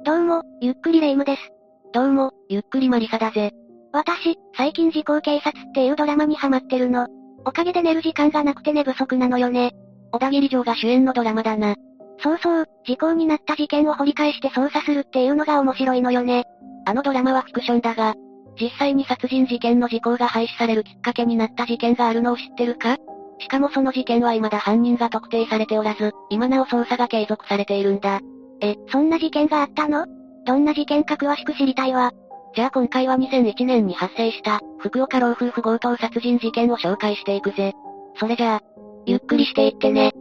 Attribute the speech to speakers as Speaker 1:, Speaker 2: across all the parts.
Speaker 1: どうも、ゆっくりレ夢ムです。
Speaker 2: どうも、ゆっくりマリサだぜ。
Speaker 1: 私、最近時効警察っていうドラマにハマってるの。おかげで寝る時間がなくて寝不足なのよね。
Speaker 2: 小田切城が主演のドラマだな。
Speaker 1: そうそう、時効になった事件を掘り返して捜査するっていうのが面白いのよね。
Speaker 2: あのドラマはフィクションだが、実際に殺人事件の時効が廃止されるきっかけになった事件があるのを知ってるか？しかもその事件は未だ犯人が特定されておらず、今なお捜査が継続されているんだ。
Speaker 1: そんな事件があったの？どんな事件か詳しく知りたいわ。
Speaker 2: じゃあ今回は2001年に発生した、福岡老夫婦強盗殺人事件を紹介していくぜ。それじゃあ、ゆっくりしていってね。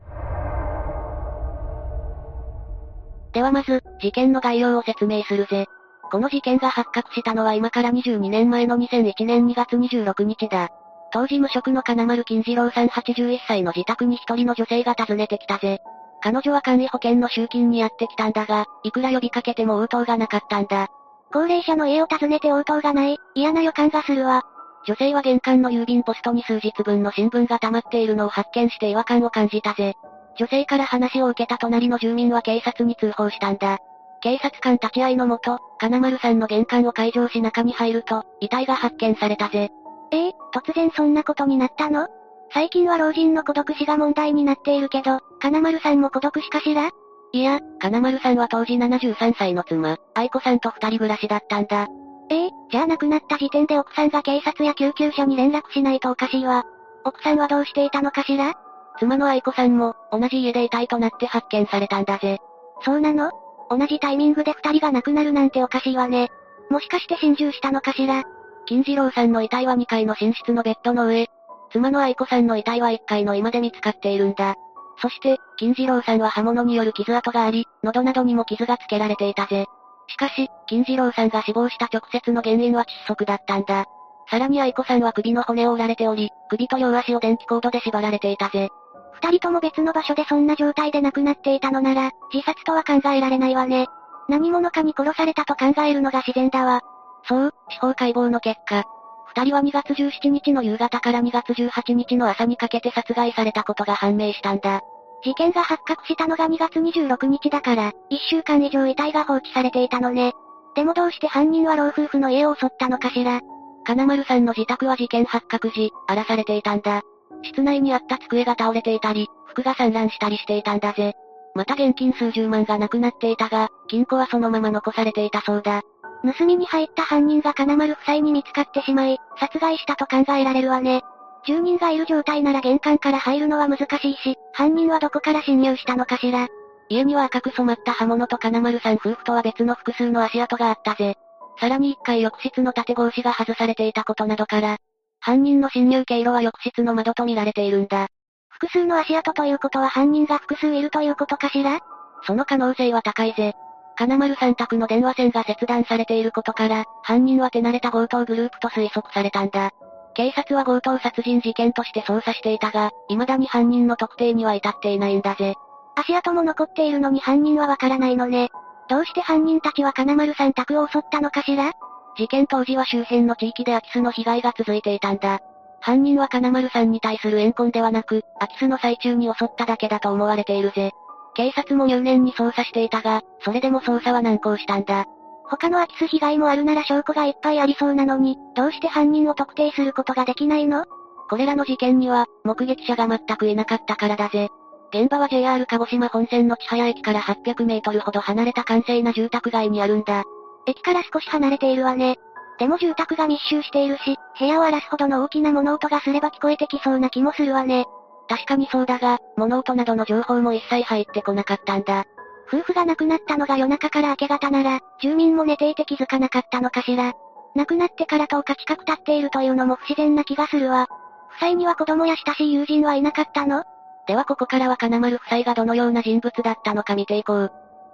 Speaker 2: ではまず、事件の概要を説明するぜ。この事件が発覚したのは今から22年前の2001年2月26日だ。当時無職の金丸金次郎さん81歳の自宅に一人の女性が訪ねてきたぜ。彼女は簡易保険の集金にやってきたんだが、いくら呼びかけても応答がなかったんだ。
Speaker 1: 高齢者の家を訪ねて応答がない、嫌な予感がするわ。
Speaker 2: 女性は玄関の郵便ポストに数日分の新聞が溜まっているのを発見して違和感を感じたぜ。女性から話を受けた隣の住民は警察に通報したんだ。警察官立ち会いのもと、金丸さんの玄関を開錠し中に入ると、遺体が発見されたぜ。
Speaker 1: 突然そんなことになったの？最近は老人の孤独死が問題になっているけど、金丸さんも孤独死かしら？
Speaker 2: いや、金丸さんは当時73歳の妻、愛子さんと二人暮らしだったんだ。
Speaker 1: じゃあ亡くなった時点で奥さんが警察や救急車に連絡しないとおかしいわ。奥さんはどうしていたのかしら？
Speaker 2: 妻の愛子さんも、同じ家で遺体となって発見されたんだぜ。
Speaker 1: そうなの？同じタイミングで二人が亡くなるなんておかしいわね。もしかして心中したのかしら？
Speaker 2: 金次郎さんの遺体は2階の寝室のベッドの上。妻の愛子さんの遺体は1階の居間で見つかっているんだ。そして、金次郎さんは刃物による傷跡があり、喉などにも傷がつけられていたぜ。しかし、金次郎さんが死亡した直接の原因は窒息だったんだ。さらに愛子さんは首の骨を折られており、首と両足を電気コードで縛られていたぜ。
Speaker 1: 二人とも別の場所でそんな状態で亡くなっていたのなら、自殺とは考えられないわね。何者かに殺されたと考えるのが自然だわ。
Speaker 2: そう、司法解剖の結果、二人は2月17日の夕方から2月18日の朝にかけて殺害されたことが判明したんだ。
Speaker 1: 事件が発覚したのが2月26日だから、1週間以上遺体が放置されていたのね。でもどうして犯人は老夫婦の家を襲ったのかしら？
Speaker 2: 金丸さんの自宅は事件発覚時、荒らされていたんだ。室内にあった机が倒れていたり、服が散乱したりしていたんだぜ。また現金数十万がなくなっていたが、金庫はそのまま残されていたそうだ。
Speaker 1: 盗みに入った犯人が金丸夫妻に見つかってしまい、殺害したと考えられるわね。住人がいる状態なら玄関から入るのは難しいし、犯人はどこから侵入したのかしら？
Speaker 2: 家には赤く染まった刃物と金丸さん夫婦とは別の複数の足跡があったぜ。さらに1階浴室の縦格子が外されていたことなどから、犯人の侵入経路は浴室の窓と見られているんだ。
Speaker 1: 複数の足跡ということは犯人が複数いるということかしら？
Speaker 2: その可能性は高いぜ。金丸さん宅の電話線が切断されていることから、犯人は手慣れた強盗グループと推測されたんだ。警察は強盗殺人事件として捜査していたが、未だに犯人の特定には至っていないんだぜ。
Speaker 1: 足跡も残っているのに犯人はわからないのね。どうして犯人たちは金丸さん宅を襲ったのかしら？
Speaker 2: 事件当時は周辺の地域で空き巣の被害が続いていたんだ。犯人は金丸さんに対する怨恨ではなく、空き巣の最中に襲っただけだと思われているぜ。警察も入念に捜査していたが、それでも捜査は難航したんだ。
Speaker 1: 他の空き巣被害もあるなら証拠がいっぱいありそうなのに、どうして犯人を特定することができないの？
Speaker 2: これらの事件には、目撃者が全くいなかったからだぜ。現場は JR 鹿児島本線の千早駅から800メートルほど離れた閑静な住宅街にあるんだ。
Speaker 1: 駅から少し離れているわね。でも住宅が密集しているし、部屋を荒らすほどの大きな物音がすれば聞こえてきそうな気もするわね。
Speaker 2: 確かにそうだが、物音などの情報も一切入ってこなかったんだ。
Speaker 1: 夫婦が亡くなったのが夜中から明け方なら、住民も寝ていて気づかなかったのかしら。亡くなってから10日近く経っているというのも不自然な気がするわ。夫妻には子供や親しい友人はいなかったの？
Speaker 2: ではここからは金丸夫妻がどのような人物だったのか見ていこう。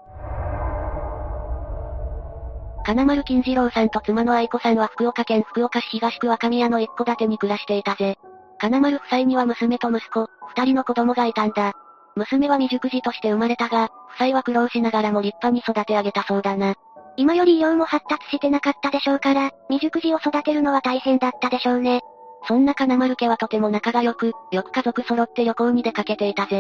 Speaker 2: 金丸金次郎さんと妻の愛子さんは福岡県福岡市東区若宮の一戸建てに暮らしていたぜ。金丸夫妻には娘と息子、二人の子供がいたんだ。娘は未熟児として生まれたが、夫妻は苦労しながらも立派に育て上げたそうだな。
Speaker 1: 今より医療も発達してなかったでしょうから、未熟児を育てるのは大変だったでしょうね。
Speaker 2: そんな金丸家はとても仲が良く、よく家族揃って旅行に出かけていたぜ。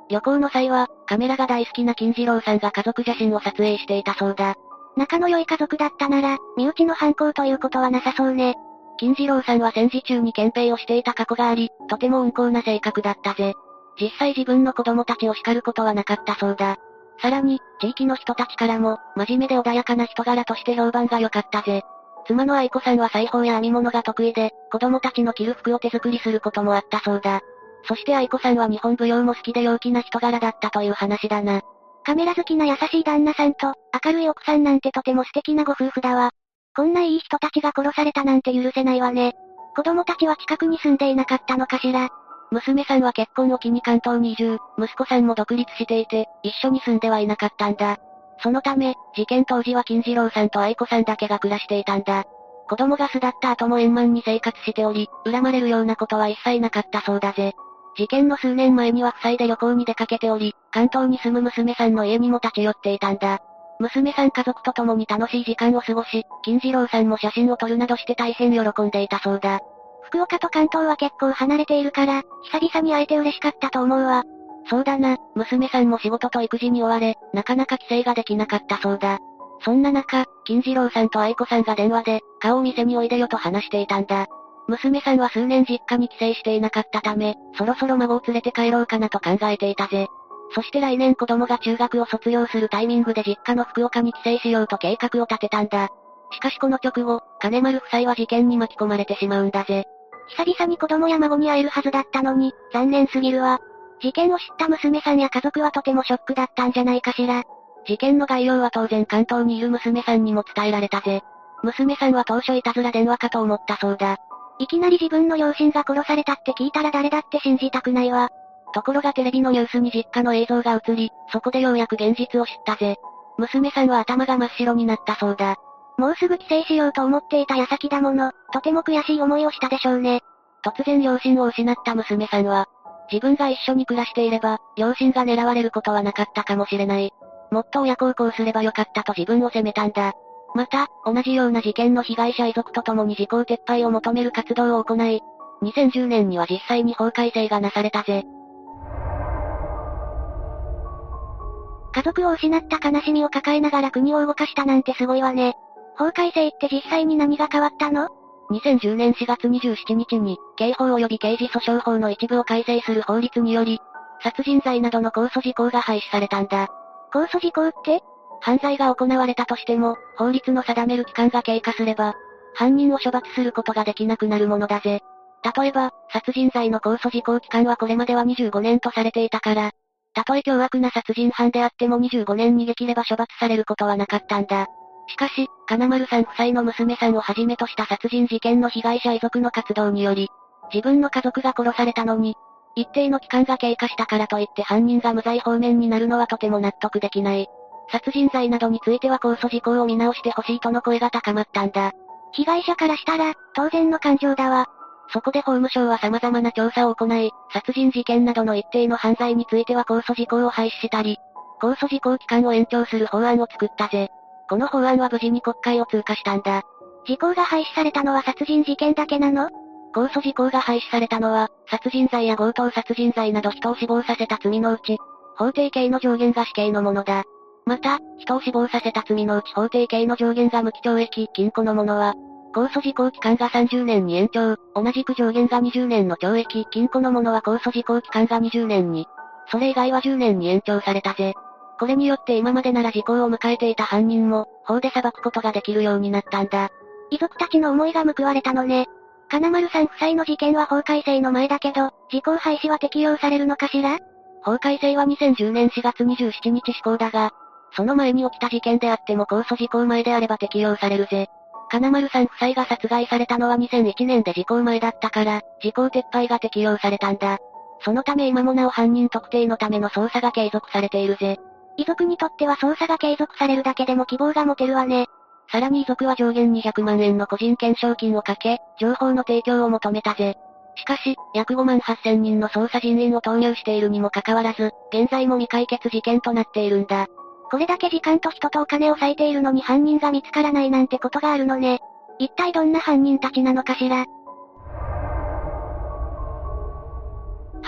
Speaker 2: 旅行の際は、カメラが大好きな金次郎さんが家族写真を撮影していたそうだ。
Speaker 1: 仲の良い家族だったなら、身内の犯行ということはなさそうね。
Speaker 2: 金次郎さんは戦時中に憲兵をしていた過去があり、とても温厚な性格だったぜ。実際自分の子供たちを叱ることはなかったそうだ。さらに、地域の人たちからも、真面目で穏やかな人柄として評判が良かったぜ。妻の愛子さんは裁縫や編み物が得意で、子供たちの着る服を手作りすることもあったそうだ。そして愛子さんは日本舞踊も好きで陽気な人柄だったという話だな。
Speaker 1: カメラ好きな優しい旦那さんと、明るい奥さんなんてとても素敵なご夫婦だわ。こんないい人たちが殺されたなんて許せないわね。子供たちは近くに住んでいなかったのかしら。
Speaker 2: 娘さんは結婚を機に関東に移住、息子さんも独立していて、一緒に住んではいなかったんだ。そのため、事件当時は金次郎さんと愛子さんだけが暮らしていたんだ。子供が巣立った後も円満に生活しており、恨まれるようなことは一切なかったそうだぜ。事件の数年前には夫妻で旅行に出かけており、関東に住む娘さんの家にも立ち寄っていたんだ。娘さん家族と共に楽しい時間を過ごし、金次郎さんも写真を撮るなどして大変喜んでいたそうだ。
Speaker 1: 福岡と関東は結構離れているから、久々に会えて嬉しかったと思うわ。
Speaker 2: そうだな、娘さんも仕事と育児に追われ、なかなか帰省ができなかったそうだ。そんな中、金次郎さんと愛子さんが電話で、顔を見せにおいでよと話していたんだ。娘さんは数年実家に帰省していなかったため、そろそろ孫を連れて帰ろうかなと考えていたぜ。そして来年子供が中学を卒業するタイミングで実家の福岡に帰省しようと計画を立てたんだ。しかしこの直後、金丸夫妻は事件に巻き込まれてしまうんだぜ。
Speaker 1: 久々に子供や孫に会えるはずだったのに、残念すぎるわ。事件を知った娘さんや家族はとてもショックだったんじゃないかしら。
Speaker 2: 事件の概要は当然関東にいる娘さんにも伝えられたぜ。娘さんは当初いたずら電話かと思ったそうだ。
Speaker 1: いきなり自分の両親が殺されたって聞いたら誰だって信じたくないわ。
Speaker 2: ところがテレビのニュースに実家の映像が映り、そこでようやく現実を知ったぜ。娘さんは頭が真っ白になったそうだ。
Speaker 1: もうすぐ帰省しようと思っていた矢先だもの、とても悔しい思いをしたでしょうね。
Speaker 2: 突然両親を失った娘さんは、自分が一緒に暮らしていれば、両親が狙われることはなかったかもしれない。もっと親孝行すればよかったと自分を責めたんだ。また、同じような事件の被害者遺族と共に時効撤廃を求める活動を行い、2010年には実際に法改正がなされたぜ。
Speaker 1: 家族を失った悲しみを抱えながら国を動かしたなんてすごいわね。法改正って実際に何が変わったの
Speaker 2: ？2010年4月27日に、刑法及び刑事訴訟法の一部を改正する法律により、殺人罪などの控訴事項が廃止されたんだ。
Speaker 1: 控訴事項って？
Speaker 2: 犯罪が行われたとしても、法律の定める期間が経過すれば、犯人を処罰することができなくなるものだぜ。例えば、殺人罪の控訴事項期間はこれまでは25年とされていたから、たとえ凶悪な殺人犯であっても25年逃げ切れば処罰されることはなかったんだ。しかし、金丸さん夫妻の娘さんをはじめとした殺人事件の被害者遺族の活動により、自分の家族が殺されたのに、一定の期間が経過したからといって犯人が無罪放免になるのはとても納得できない。殺人罪などについては控訴事項を見直してほしいとの声が高まったんだ。
Speaker 1: 被害者からしたら、当然の感情だわ。
Speaker 2: そこで法務省は様々な調査を行い、殺人事件などの一定の犯罪については控訴事項を廃止したり、控訴事項期間を延長する法案を作ったぜ。この法案は無事に国会を通過したんだ。
Speaker 1: 時効が廃止されたのは殺人事件だけなの？
Speaker 2: 控訴事項が廃止されたのは、殺人罪や強盗殺人罪など人を死亡させた罪のうち、法定刑の上限が死刑のものだ。また、人を死亡させた罪のうち法定刑の上限が無期懲役・禁錮のものは、控訴事項期間が30年に延長、同じく上限が20年の懲役・禁錮のものは控訴事項期間が20年に、それ以外は10年に延長されたぜ。これによって今までなら時効を迎えていた犯人も、法で裁くことができるようになったんだ。
Speaker 1: 遺族たちの思いが報われたのね。金丸さん夫妻の事件は法改正の前だけど、時効廃止は適用されるのかしら？
Speaker 2: 法改正は2010年4月27日施行だが、その前に起きた事件であっても控訴時効前であれば適用されるぜ。金丸さん夫妻が殺害されたのは2001年で時効前だったから、時効撤廃が適用されたんだ。そのため今もなお犯人特定のための捜査が継続されているぜ。
Speaker 1: 遺族にとっては捜査が継続されるだけでも希望が持てるわね。
Speaker 2: さらに遺族は上限200万円の個人懸賞金をかけ、情報の提供を求めたぜ。しかし、約5万8000人の捜査人員を投入しているにもかかわらず、現在も未解決事件となっているんだ。
Speaker 1: これだけ時間と人とお金を割いているのに犯人が見つからないなんてことがあるのね。一体どんな犯人たちなのかしら。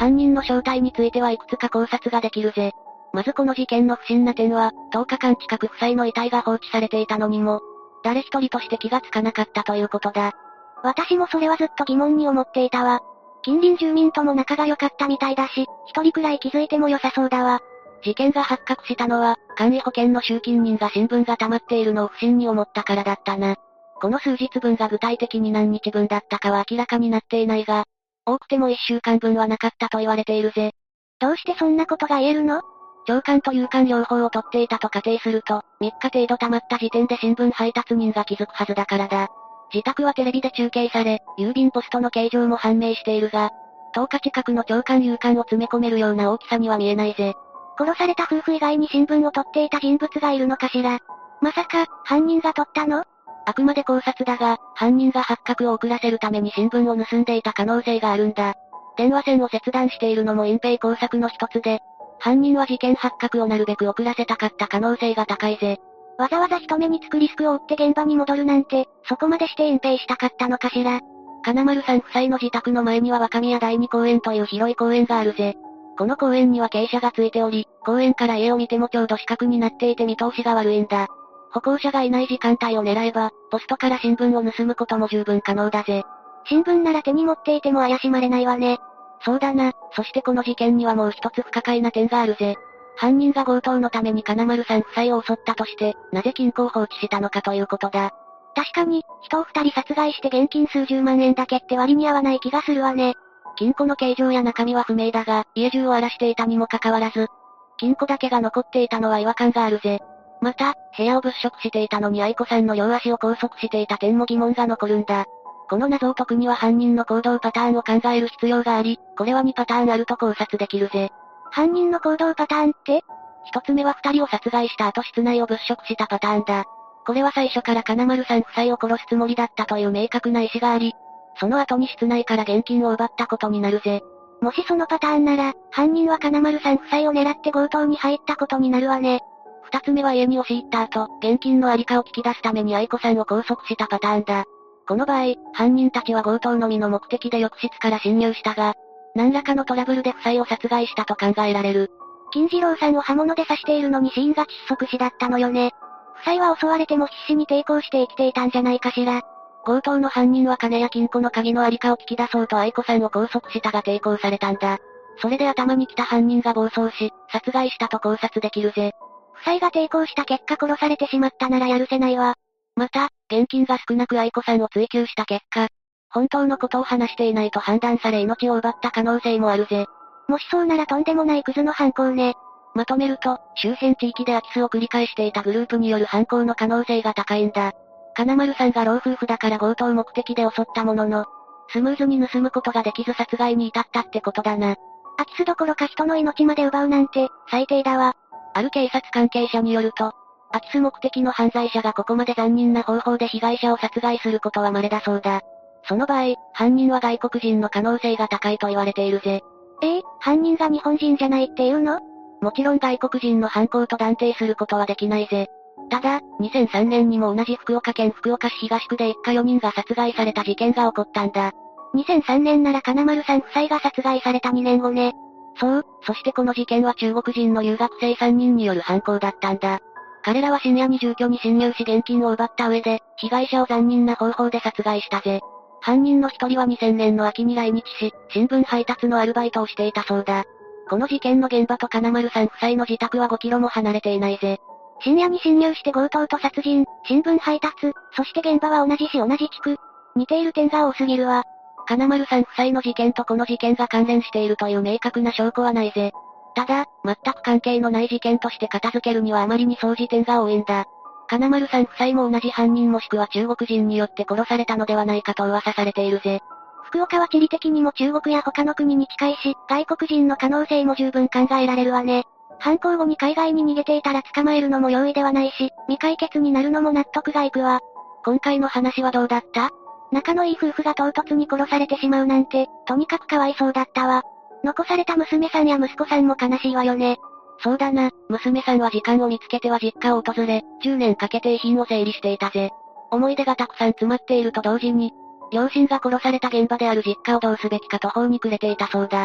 Speaker 2: 犯人の正体についてはいくつか考察ができるぜ。まずこの事件の不審な点は、10日間近く夫妻の遺体が放置されていたのにも、誰一人として気がつかなかったということだ。
Speaker 1: 私もそれはずっと疑問に思っていたわ。近隣住民とも仲が良かったみたいだし、一人くらい気づいても良さそうだわ。
Speaker 2: 事件が発覚したのは、簡易保険の集金人が新聞が溜まっているのを不審に思ったからだったな。この数日分が具体的に何日分だったかは明らかになっていないが、多くても1週間分はなかったと言われているぜ。
Speaker 1: どうしてそんなことが言えるの？
Speaker 2: 長官と夕刊両方を取っていたと仮定すると、3日程度溜まった時点で新聞配達人が気づくはずだからだ。自宅はテレビで中継され、郵便ポストの形状も判明しているが、10日近くの長官夕刊を詰め込めるような大きさには見えないぜ。
Speaker 1: 殺された夫婦以外に新聞を取っていた人物がいるのかしら？まさか、犯人が取ったの？
Speaker 2: あくまで考察だが、犯人が発覚を遅らせるために新聞を盗んでいた可能性があるんだ。電話線を切断しているのも隠蔽工作の一つで、犯人は事件発覚をなるべく遅らせたかった可能性が高いぜ。
Speaker 1: わざわざ人目につくリスクを負って現場に戻るなんて、そこまでして隠蔽したかったのかしら？
Speaker 2: 金丸さん夫妻の自宅の前には若宮第二公園という広い公園があるぜ。この公園には傾斜がついており、公園から家を見てもちょうど死角になっていて見通しが悪いんだ。歩行者がいない時間帯を狙えば、ポストから新聞を盗むことも十分可能だぜ。
Speaker 1: 新聞なら手に持っていても怪しまれないわね。
Speaker 2: そうだな、そしてこの事件にはもう一つ不可解な点があるぜ。犯人が強盗のために金丸さん夫妻を襲ったとして、なぜ金庫を放置したのかということだ。
Speaker 1: 確かに、人を二人殺害して現金数十万円だけって割に合わない気がするわね。
Speaker 2: 金庫の形状や中身は不明だが、家中を荒らしていたにもかかわらず、金庫だけが残っていたのは違和感があるぜ。また、部屋を物色していたのに愛子さんの両足を拘束していた点も疑問が残るんだ。この謎を解くには犯人の行動パターンを考える必要があり、これは2パターンあると考察できるぜ。
Speaker 1: 犯人の行動パターンって？
Speaker 2: 一つ目は二人を殺害した後室内を物色したパターンだ。これは最初から金丸さん夫妻を殺すつもりだったという明確な意思があり、その後に室内から現金を奪ったことになるぜ。
Speaker 1: もしそのパターンなら、犯人は金丸さん夫妻を狙って強盗に入ったことになるわね。
Speaker 2: 二つ目は家に押し入った後、現金のありかを聞き出すために愛子さんを拘束したパターンだ。この場合、犯人たちは強盗のみの目的で浴室から侵入したが、何らかのトラブルで夫妻を殺害したと考えられる。
Speaker 1: 金次郎さんを刃物で刺しているのに死因が窒息死だったのよね。夫妻は襲われても必死に抵抗して生きていたんじゃないかしら。
Speaker 2: 強盗の犯人は金や金庫の鍵のありかを聞き出そうと愛子さんを拘束したが抵抗されたんだ。それで頭に来た犯人が暴走し、殺害したと考察できるぜ。
Speaker 1: 夫妻が抵抗した結果殺されてしまったならやるせないわ。
Speaker 2: また、現金が少なく愛子さんを追及した結果、本当のことを話していないと判断され命を奪った可能性もあるぜ。
Speaker 1: もしそうならとんでもないクズの犯行ね。
Speaker 2: まとめると、周辺地域で空き巣を繰り返していたグループによる犯行の可能性が高いんだ。金丸さんが老夫婦だから強盗目的で襲ったものの、スムーズに盗むことができず殺害に至ったってことだな。
Speaker 1: 空き巣どころか人の命まで奪うなんて、最低だわ。
Speaker 2: ある警察関係者によると、空き巣目的の犯罪者がここまで残忍な方法で被害者を殺害することは稀だそうだ。その場合、犯人は外国人の可能性が高いと言われているぜ。
Speaker 1: 犯人が日本人じゃないっていうの？
Speaker 2: もちろん外国人の犯行と断定することはできないぜ。ただ、2003年にも同じ福岡県福岡市東区で一家4人が殺害された事件が起こったんだ。
Speaker 1: 2003年なら金丸さん夫妻が殺害された2年後ね。
Speaker 2: そう、そしてこの事件は中国人の留学生3人による犯行だったんだ。彼らは深夜に住居に侵入し現金を奪った上で、被害者を残忍な方法で殺害したぜ。犯人の一人は2000年の秋に来日し、新聞配達のアルバイトをしていたそうだ。この事件の現場と金丸さん夫妻の自宅は5キロも離れていないぜ。
Speaker 1: 深夜に侵入して強盗と殺人、新聞配達、そして現場は同じ市同じ地区。似ている点が多すぎるわ。
Speaker 2: 金丸さん夫妻の事件とこの事件が関連しているという明確な証拠はないぜ。ただ、全く関係のない事件として片付けるにはあまりに相似点が多いんだ。金丸さん夫妻も同じ犯人もしくは中国人によって殺されたのではないかと噂されているぜ。
Speaker 1: 福岡は地理的にも中国や他の国に近いし、外国人の可能性も十分考えられるわね。犯行後に海外に逃げていたら捕まえるのも容易ではないし、未解決になるのも納得がいくわ。
Speaker 2: 今回の話はどうだった？
Speaker 1: 仲のいい夫婦が唐突に殺されてしまうなんて、とにかくかわいそうだったわ。残された娘さんや息子さんも悲しいわよね。
Speaker 2: そうだな、娘さんは時間を見つけては実家を訪れ、10年かけて遺品を整理していたぜ。思い出がたくさん詰まっていると同時に、両親が殺された現場である実家をどうすべきか途方に暮れていたそうだ。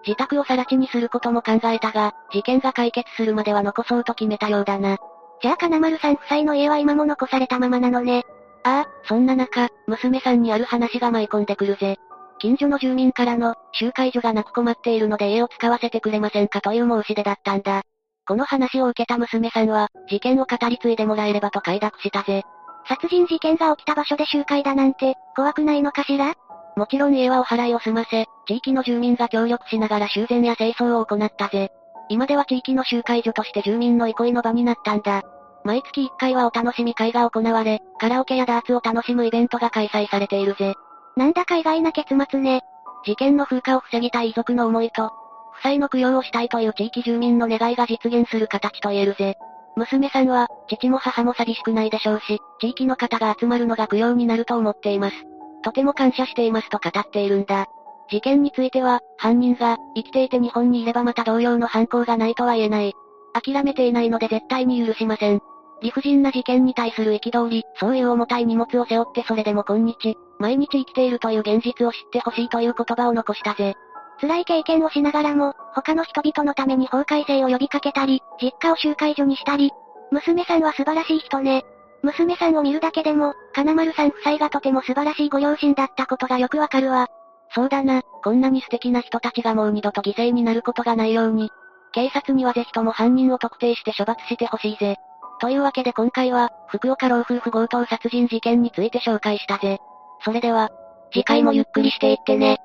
Speaker 2: 自宅を更地にすることも考えたが、事件が解決するまでは残そうと決めたようだな。
Speaker 1: じゃあ金丸さん夫妻の家は今も残されたままなのね。
Speaker 2: ああ、そんな中、娘さんにある話が舞い込んでくるぜ。近所の住民からの、集会所がなく困っているので家を使わせてくれませんかという申し出だったんだ。この話を受けた娘さんは、事件を語り継いでもらえればと快諾したぜ。
Speaker 1: 殺人事件が起きた場所で集会だなんて、怖くないのかしら？
Speaker 2: もちろん家はお払いを済ませ、地域の住民が協力しながら修繕や清掃を行ったぜ。今では地域の集会所として住民の憩いの場になったんだ。毎月1回はお楽しみ会が行われ、カラオケやダーツを楽しむイベントが開催されているぜ。
Speaker 1: なんだか意外な結末ね。
Speaker 2: 事件の風化を防ぎたい遺族の思いと、夫妻の供養をしたいという地域住民の願いが実現する形と言えるぜ。娘さんは、父も母も寂しくないでしょうし、地域の方が集まるのが供養になると思っています。とても感謝していますと語っているんだ。事件については、犯人が、生きていて日本にいればまた同様の犯行がないとは言えない。諦めていないので絶対に許しません。理不尽な事件に対する憤り、そういう重たい荷物を背負ってそれでも今日、毎日生きているという現実を知ってほしいという言葉を残したぜ。
Speaker 1: 辛い経験をしながらも、他の人々のために法改正を呼びかけたり、実家を集会所にしたり。娘さんは素晴らしい人ね。娘さんを見るだけでも、金丸さん夫妻がとても素晴らしいご両親だったことがよくわかるわ。
Speaker 2: そうだな、こんなに素敵な人たちがもう二度と犠牲になることがないように、警察にはぜひとも犯人を特定して処罰してほしいぜ。というわけで今回は、福岡老夫婦強盗殺人事件について紹介したぜ。それでは、次回もゆっくりしていってね。